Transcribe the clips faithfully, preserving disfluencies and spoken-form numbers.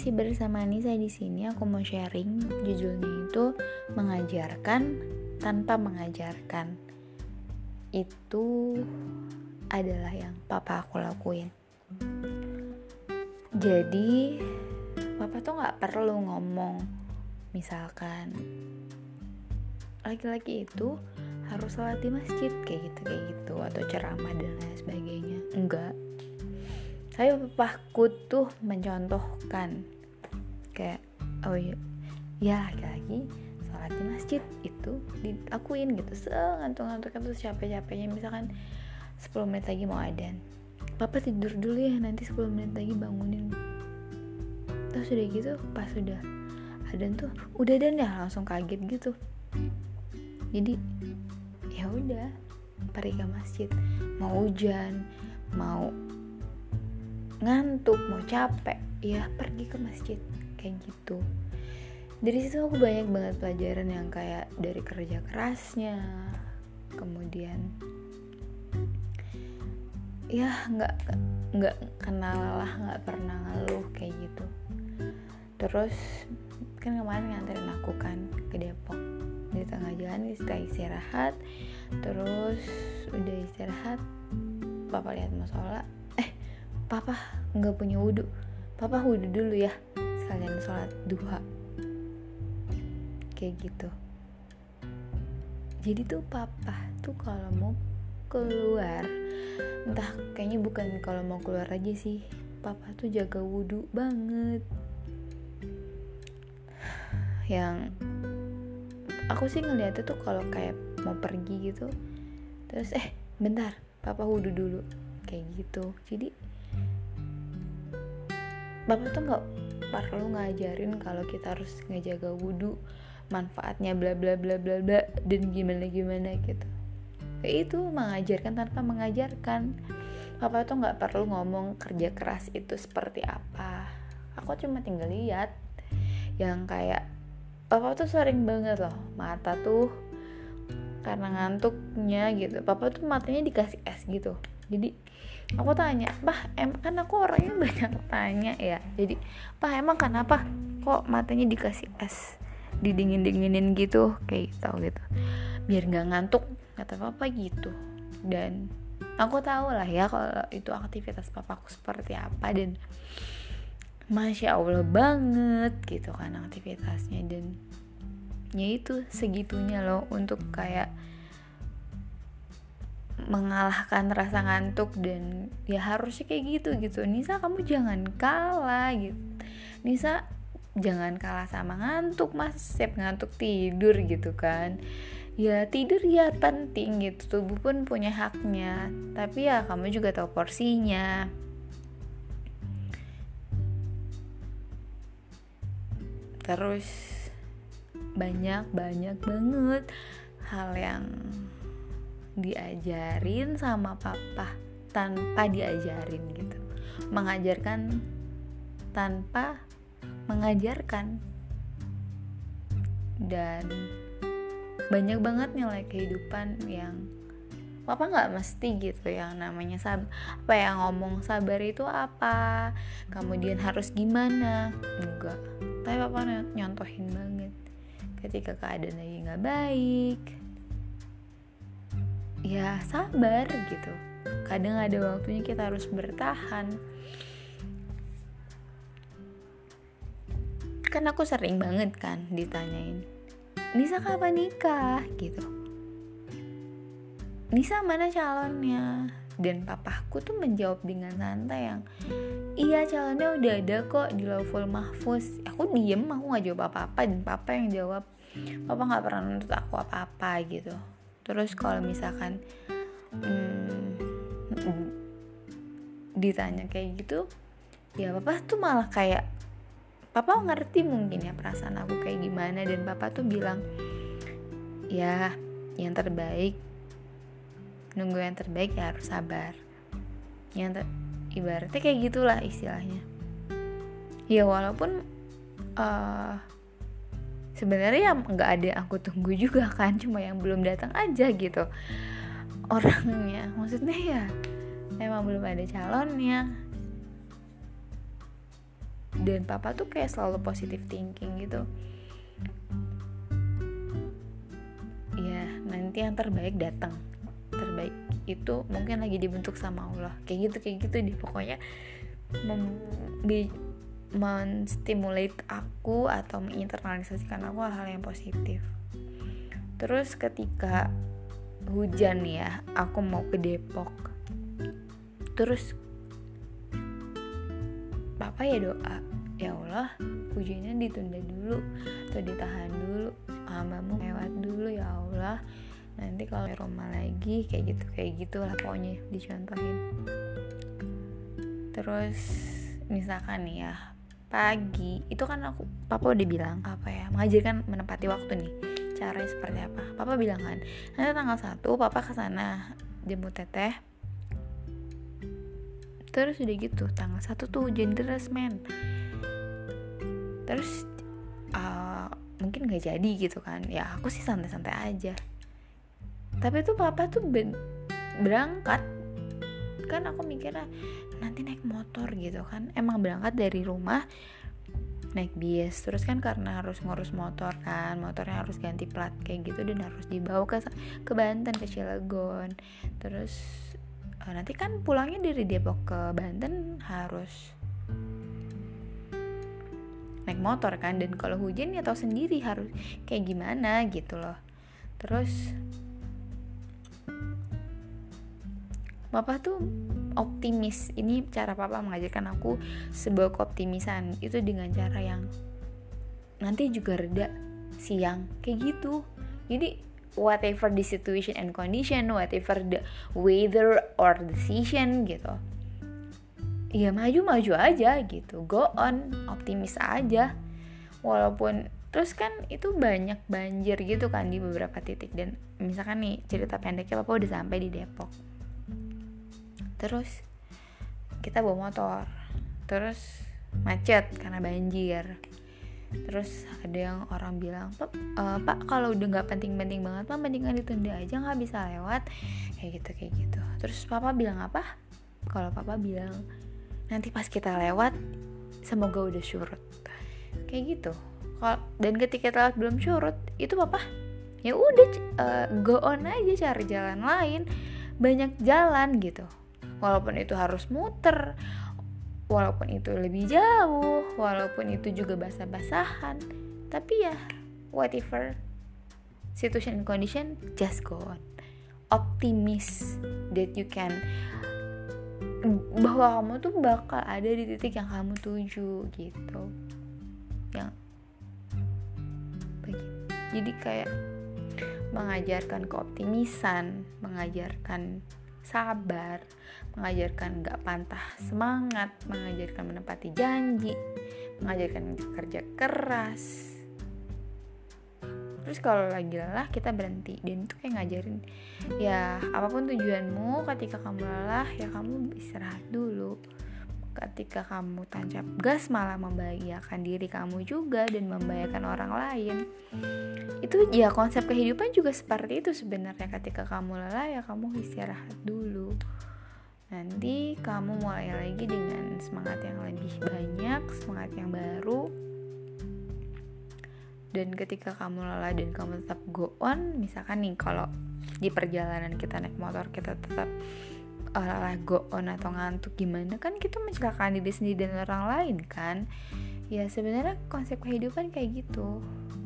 masih bersama Nisa di sini. Aku mau sharing, judulnya itu mengajarkan tanpa mengajarkan. Itu adalah yang papa aku lakuin. Jadi papa tuh gak perlu ngomong, misalkan laki-laki itu harus sholat di masjid kayak gitu kayak gitu atau ceramah dan lain sebagainya. Enggak. Tapi papaku tuh mencontohkan kayak oh iya, ya laki-laki sholat di masjid itu dilakuin gitu sengantuk-ngantuknya tuh capek-capeknya, misalkan sepuluh menit lagi mau adzan, papa tidur dulu ya, nanti sepuluh menit lagi bangunin. Terus udah gitu pas sudah adzan tuh udah dan ya langsung kaget gitu. Jadi ya udah pergi ke masjid, mau hujan, mau ngantuk, mau capek, ya pergi ke masjid kayak gitu. Dari situ aku banyak banget pelajaran yang kayak dari kerja kerasnya, kemudian ya nggak nggak kenal lah, nggak pernah ngeluh kayak gitu. Terus kan kemarin nganterin aku kan ke Depok, di tengah jalan kita istirahat, terus udah istirahat papa lihat musola, eh papa nggak punya wudu, papa wudu dulu ya sekalian sholat duha kayak gitu. Jadi tuh papa tuh kalau mau keluar, entah kayaknya bukan kalau mau keluar aja sih, papa tuh jaga wudu banget. Yang aku sih ngeliatnya tuh kalau kayak mau pergi gitu, terus eh bentar papa wudu dulu kayak gitu. Jadi bapak tuh nggak perlu ngajarin kalau kita harus ngejaga wudu, manfaatnya bla bla bla bla bla dan gimana gimana gitu. Kayak itu mengajarkan tanpa mengajarkan. Papa tuh nggak perlu ngomong kerja keras itu seperti apa. Aku cuma tinggal lihat yang kayak papa tuh sering banget loh mata tuh karena ngantuknya gitu, papa tuh matanya dikasih es gitu. Jadi aku tanya, "Pah, em kan aku orangnya banyak tanya ya. Jadi, "Pah, emang kenapa kok matanya dikasih es? Didingin-dinginin gitu kayak gitu gitu. Biar enggak ngantuk," kata papa gitu. Dan aku tahu lah ya kalau itu aktivitas papaku seperti apa, dan Masya Allah banget gitu kan aktivitasnya. Dan ya itu segitunya loh untuk kayak mengalahkan rasa ngantuk. Dan ya harusnya kayak gitu gitu. Nisa, kamu jangan kalah gitu. Nisa jangan kalah sama ngantuk, mas siap ngantuk tidur gitu kan. Ya tidur ya penting gitu, tubuh pun punya haknya, tapi ya kamu juga tahu porsinya. Terus banyak-banyak banget hal yang diajarin sama papa tanpa diajarin gitu. Mengajarkan tanpa mengajarkan. Dan banyak banget nilai kehidupan yang papa gak mesti gitu yang namanya sab- apa yang ngomong sabar itu apa, kemudian harus gimana, enggak. Tapi papa nyontohin banget ketika keadaan lagi gak baik, ya sabar gitu. Kadang ada waktunya kita harus bertahan. Kan aku sering banget kan ditanyain, "Nisa kapan nikah?" gitu. "Nisa mana calonnya?" Dan papaku tuh menjawab dengan santai yang, "Iya calonnya udah ada kok di Lauhul Mahfuz." Aku diem, aku gak jawab apa-apa, dan papa yang jawab. Papa gak pernah nuntut aku apa-apa gitu. Terus kalau misalkan hmm, ditanya kayak gitu, ya papa tuh malah kayak papa ngerti mungkin ya perasaan aku kayak gimana. Dan papa tuh bilang, ya yang terbaik, nunggu yang terbaik ya harus sabar. Yang ter- ibaratnya kayak gitulah istilahnya. Ya walaupun uh, sebenarnya nggak ada yang aku tunggu juga kan, cuma yang belum datang aja gitu orangnya. Maksudnya ya emang belum ada calonnya. dan papa tuh kayak selalu positive thinking gitu. Ya nanti yang terbaik datang, terbaik itu mungkin lagi dibentuk sama Allah, kayak gitu kayak gitu deh pokoknya. Mem- bi- menstimulate aku atau menginternalisasikan aku hal-hal yang positif. Terus ketika hujan ya, aku mau ke Depok, terus papa ya doa, ya Allah hujannya ditunda dulu atau ditahan dulu, hambamu lewat dulu ya Allah, nanti kalau rumah lagi kayak gitu kayak gitulah pokoknya dicontohin. Terus misalkan nih ya pagi itu kan aku papa udah bilang apa ya, mengajarkan menepati waktu nih, caranya seperti apa. Papa bilang kan nanti tanggal satu papa kesana jemput teteh. Terus udah gitu tanggal satu tuh hujan deras men. Terus uh, mungkin gak jadi gitu kan, ya aku sih santai-santai aja. Tapi tuh papa tuh ben- berangkat kan, aku mikirnya nanti naik motor gitu kan, emang berangkat dari rumah naik bis, terus kan karena harus ngurus motor kan, motornya harus ganti plat kayak gitu dan harus dibawa ke ke Banten, ke Cilegon. Terus uh, nanti kan pulangnya dari Depok ke Banten harus naik motor kan, dan kalau hujan ya tau sendiri harus kayak gimana gitu loh. Terus papa tuh optimis, ini cara papa mengajarkan aku sebuah keoptimisan itu dengan cara yang nanti juga reda siang kayak gitu. Jadi whatever the situation and condition, whatever the weather or the season gitu, ya maju-maju aja gitu, go on, optimis aja. Walaupun terus kan itu banyak banjir gitu kan di beberapa titik, dan misalkan nih cerita pendeknya papa udah sampai di Depok, terus kita bawa motor, terus macet karena banjir. Terus ada yang orang bilang, Pak, uh, Pak kalau udah nggak penting-penting banget, Pak mendingan ditunda aja, nggak bisa lewat, kayak gitu kayak gitu. Terus papa bilang apa? Kalau papa bilang nanti pas kita lewat, semoga udah surut, kayak gitu. Kalau dan ketika lewat belum surut, itu papa ya udah uh, go on aja, cari jalan lain, banyak jalan gitu. Walaupun itu harus muter, walaupun itu lebih jauh, walaupun itu juga basah-basahan, tapi ya whatever situation and condition, just go on. Optimis that you can, bahwa kamu tuh bakal ada di titik yang kamu tuju gitu. Yang begitu. Jadi kayak mengajarkan keoptimisan, mengajarkan sabar, mengajarkan gak pantah semangat, mengajarkan menepati janji, mengajarkan kerja keras. Terus kalau lagi lelah kita berhenti, dan itu kayak ngajarin ya apapun tujuanmu, ketika kamu lelah ya kamu istirahat dulu. Ketika kamu tancap gas malah membahayakan diri kamu juga dan membahayakan orang lain. Itu ya konsep kehidupan juga seperti itu sebenarnya. Ketika kamu lelah ya kamu istirahat dulu. Nanti kamu mulai lagi dengan semangat yang lebih banyak, semangat yang baru. Dan ketika kamu lelah dan kamu tetap go on, misalkan nih kalau di perjalanan kita naik motor kita tetap lelah, go on atau ngantuk gimana, kan kita mencelakai diri sendiri dan orang lain kan. Ya sebenarnya konsep kehidupan kayak gitu.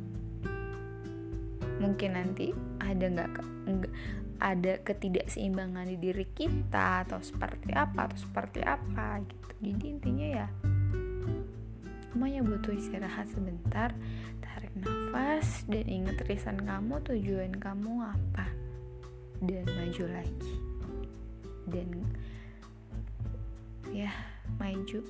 Mungkin nanti ada nggak ada ketidakseimbangan di diri kita, atau seperti apa atau seperti apa gitu. Jadi intinya ya semuanya butuh istirahat sebentar, tarik nafas dan ingat risan kamu, tujuan kamu apa, dan maju lagi. Dan ya maju.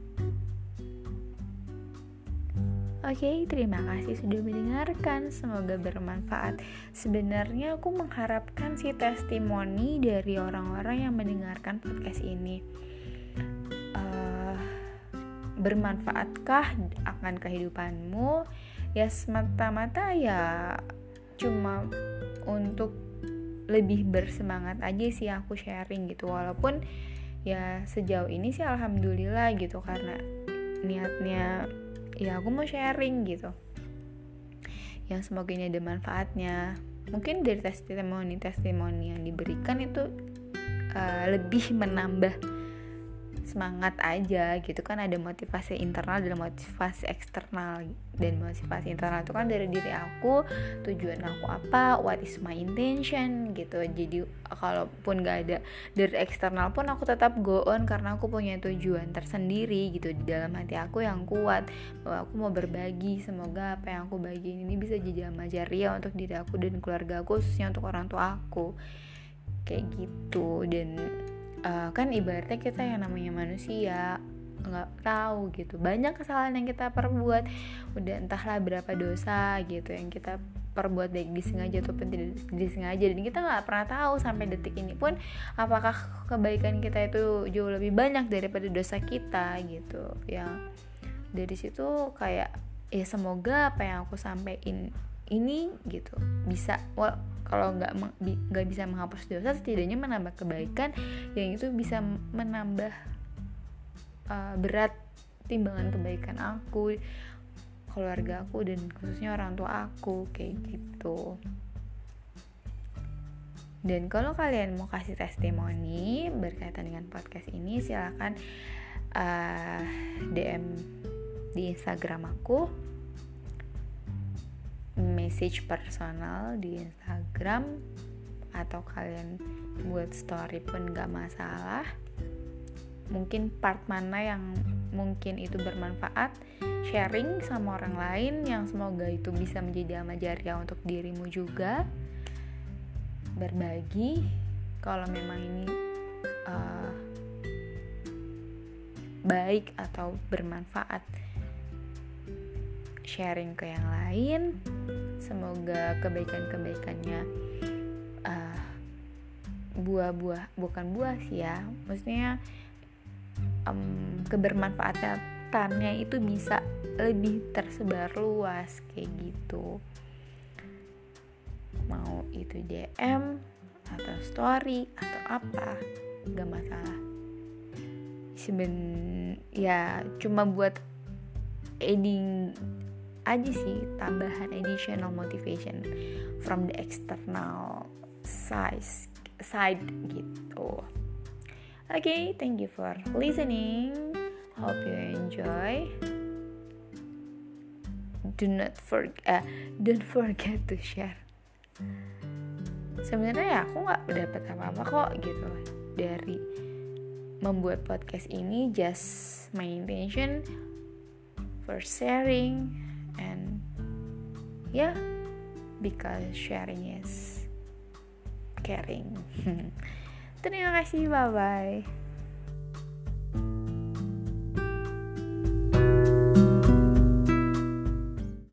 Oke, okay, terima kasih sudah mendengarkan, semoga bermanfaat. Sebenarnya aku mengharapkan sih testimoni dari orang-orang yang mendengarkan podcast ini. uh, Bermanfaatkah akan kehidupanmu? Ya semata-mata ya cuma untuk lebih bersemangat aja sih aku sharing gitu. Walaupun ya sejauh ini sih alhamdulillah gitu, karena niatnya ya aku mau sharing gitu, yang semoga ini ada manfaatnya. Mungkin dari testimoni-testimoni yang diberikan itu uh, lebih menambah semangat aja gitu kan. Ada motivasi internal dan motivasi eksternal. Dan motivasi internal itu kan dari diri aku, tujuan aku apa, what is my intention gitu. Jadi kalaupun gak ada dari eksternal pun aku tetap go on karena aku punya tujuan tersendiri gitu di dalam hati aku yang kuat, bahwa aku mau berbagi. Semoga apa yang aku bagi ini bisa jadi amal jariah untuk diri aku dan keluarga aku, khususnya untuk orang tua aku kayak gitu. Dan Uh, kan ibaratnya kita yang namanya manusia nggak tahu gitu, banyak kesalahan yang kita perbuat, udah entahlah berapa dosa gitu yang kita perbuat baik disengaja ataupun tidak disengaja, dan kita nggak pernah tahu sampai detik ini pun apakah kebaikan kita itu jauh lebih banyak daripada dosa kita gitu. Yang dari situ kayak ya semoga apa yang aku sampaikan ini gitu bisa, well, kalau nggak nggak bisa menghapus dosa, setidaknya menambah kebaikan yang itu bisa menambah uh, berat timbangan kebaikan aku, keluarga aku, dan khususnya orang tua aku kayak gitu. Dan kalau kalian mau kasih testimoni berkaitan dengan podcast ini, silakan uh, D M di Instagram aku, message personal di Instagram, atau kalian buat story pun gak masalah. Mungkin part mana yang mungkin itu bermanfaat, sharing sama orang lain yang semoga itu bisa menjadi amal jariah untuk dirimu juga. Berbagi kalau memang ini uh, baik atau bermanfaat, sharing ke yang lain. Semoga kebaikan-kebaikannya uh, buah-buah, bukan buah sih ya, maksudnya um, kebermanfaatannya itu bisa lebih tersebar luas kayak gitu. Mau itu D M atau story atau apa, gak masalah. Seben ya cuma buat adding aja sih, tambahan additional motivation from the external size side gitu. Oke, okay, thank you for listening. Hope you enjoy. Do not forget, uh, don't forget to share. Sebenarnya ya aku nggak dapat apa-apa kok gitu dari membuat podcast ini. Just my intention for sharing, and yeah, because sharing is caring. Terima kasih, bye bye.